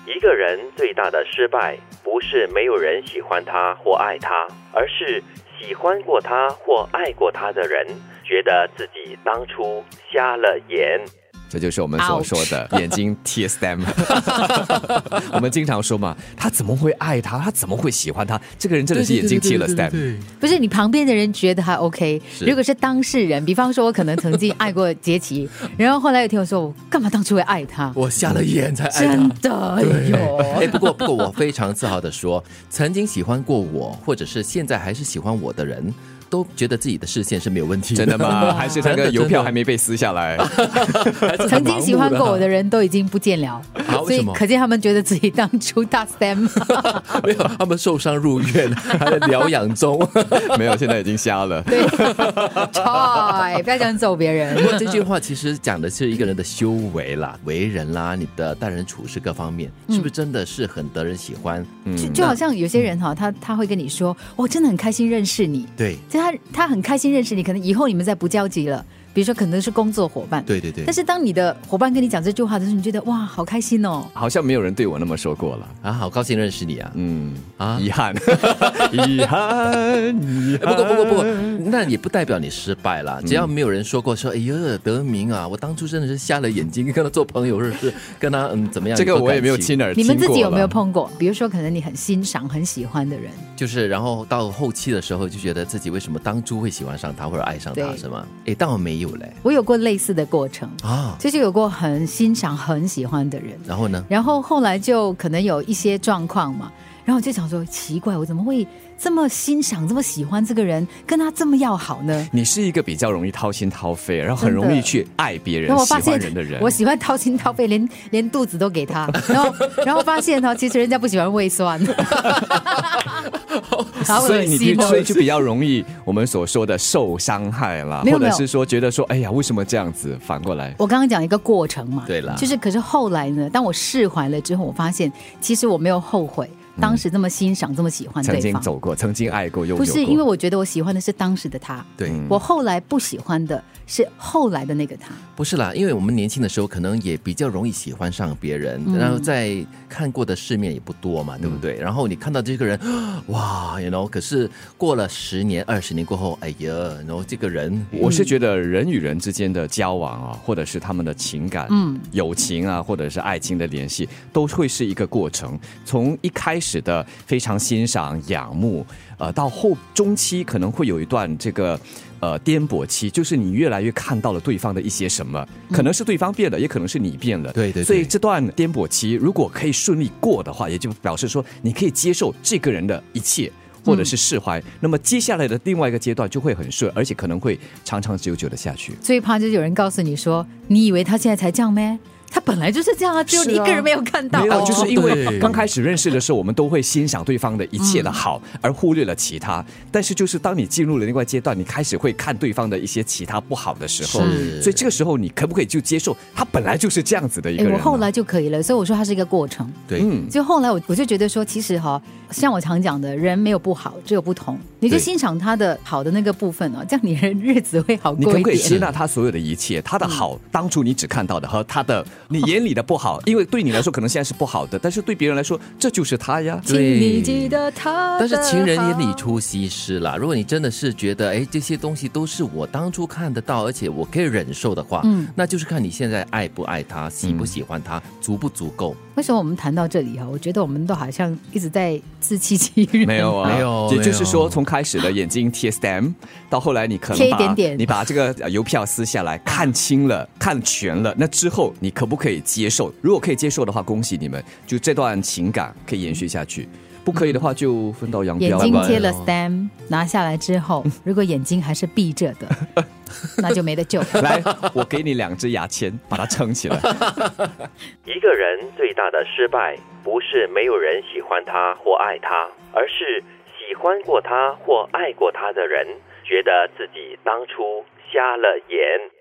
一个人最大的失败，不是没有人喜欢他或爱他，而是喜欢过他或爱过他的人，觉得自己当初瞎了眼。 这就是我们所说的眼睛贴 stamp 我们经常说嘛，他怎么会爱他，他怎么会喜欢他，这个人真的是眼睛贴了 stamp。 不是你旁边的人觉得还 OK， 如果是当事人，比方说我可能曾经爱过杰奇，然后后来有听我说我干嘛当初会爱他， 我瞎了眼才爱他， 真的哎不过我非常自豪的说，曾经喜欢过我或者是现在还是喜欢我的人，都觉得自己的视线是没有问题的。 真的吗？还是那个邮票还没被撕下来？ 曾经喜欢过我的人都已经不见了，所以可见他们觉得自己当初大 stamp 没有，他们受伤入院，还在疗养中。 没有，现在已经瞎了。 对，不要这样揍别人。 不过这句话其实讲的是一个人的修为啦、为人啦、你的待人处事各方面，是不是真的是很得人喜欢？ 就好像有些人哈，他会跟你说，我真的很开心认识你。 对。 他很开心认识你，可能以后你们再不交集了，比如说可能是工作伙伴。 对对对。 但是当你的伙伴跟你讲这句话的时候，你觉得哇好开心哦。 好像没有人对我那么说过了啊，好高兴认识你啊。 遗憾遗憾。 不过那也不代表你失败了，只要没有人说过说哎呀德明啊，我当初真的是瞎了眼睛跟他做朋友，或者是跟他怎么样， 这个我也没有亲耳听过。 你们自己有没有碰过？比如说可能你很欣赏很喜欢的人， 就是然后到后期的时候就觉得自己为什么当初会喜欢上他或者爱上他，是吗？但我没有嘞。 我有过类似的过程啊， 就是有过很欣赏很喜欢的人， 然后呢？ 然后后来就可能有一些状况嘛，然后我就想说奇怪，我怎么会这么欣赏这么喜欢这个人，跟他这么要好呢？ 你是一个比较容易掏心掏肺，然后很容易去爱别人喜欢人的人。 我喜欢掏心掏肺，连肚子都给他，然后发现其实人家不喜欢胃酸所以你就比较容易我们所说的受伤害啦，或者是说觉得说哎呀为什么这样子。反过来我刚刚讲一个过程嘛， 对啦， 就是可是后来呢，当我释怀了之后，我发现其实我没有后悔当时这么欣赏这么喜欢对方， 曾经走过曾经爱过又有过。 不是因为我觉得我喜欢的是当时的他， 对， 我后来不喜欢的是后来的那个他。 不是啦，因为我们年轻的时候可能也比较容易喜欢上别人，然后在看过的世面也不多嘛，对不对？然后你看到这个人哇可是过了10年20年过后，哎呀然后这个人， 我是觉得人与人之间的交往或者是他们的情感友情或者是爱情的联系都会是一个过程，从一开始的非常欣赏仰慕到后中期可能会有一段这个颠簸期，就是你越来越看到了对方的一些什么，可能是对方变了，也可能是你变了。 对对对。 所以这段颠簸期如果可以顺利过的话，也就表示说你可以接受这个人的一切，或者是释怀，那么接下来的另外一个阶段就会很顺，而且可能会长长久久的下去。 最怕就是有人告诉你说，你以为他现在才这样咩？他本来就是这样只有你一个人没有看到。 没有，就是因为刚开始认识的时候，我们都会欣赏对方的一切的好，而忽略了其他。但是就是当你进入了另外阶段，你开始会看对方的一些其他不好的时候，所以这个时候你可不可以就接受他本来就是这样子的一个人？ 我后来就可以了，所以我说它是一个过程。 对， 就后来我就觉得说，其实像我常讲的，人没有不好，只有不同。你就欣赏他的好的那个部分这样你的日子会好过一点。 你可不可以接纳他所有的一切？他的好，当初你只看到的和他的你眼里的不好，因为对你来说可能现在是不好的，但是对别人来说这就是他呀。 请你记得他的好。 但是情人眼里出西施啦，如果你真的是觉得这些东西都是我当初看得到，而且我可以忍受的话，那就是看你现在爱不爱他，喜不喜欢他，足不足够。 为什么我们谈到这里我觉得我们都好像一直在自欺欺人。 没有啊， 没有， 也就是说从开始的眼睛贴 stamp 到后来你可能贴一点点， 你把这个邮票撕下来看清了看全了，那之后你可不可以接受？如果可以接受的话，恭喜你们，就这段情感可以延续下去。不可以的话就分道扬镳。 眼睛贴了 stamp 拿下来之后，如果眼睛还是闭着的那就没得救。 来，我给你2支牙签把它撑起来。 一个人最大的失败，不是没有人喜欢他或爱他，而是喜欢过他或爱过他的人，觉得自己当初瞎了眼。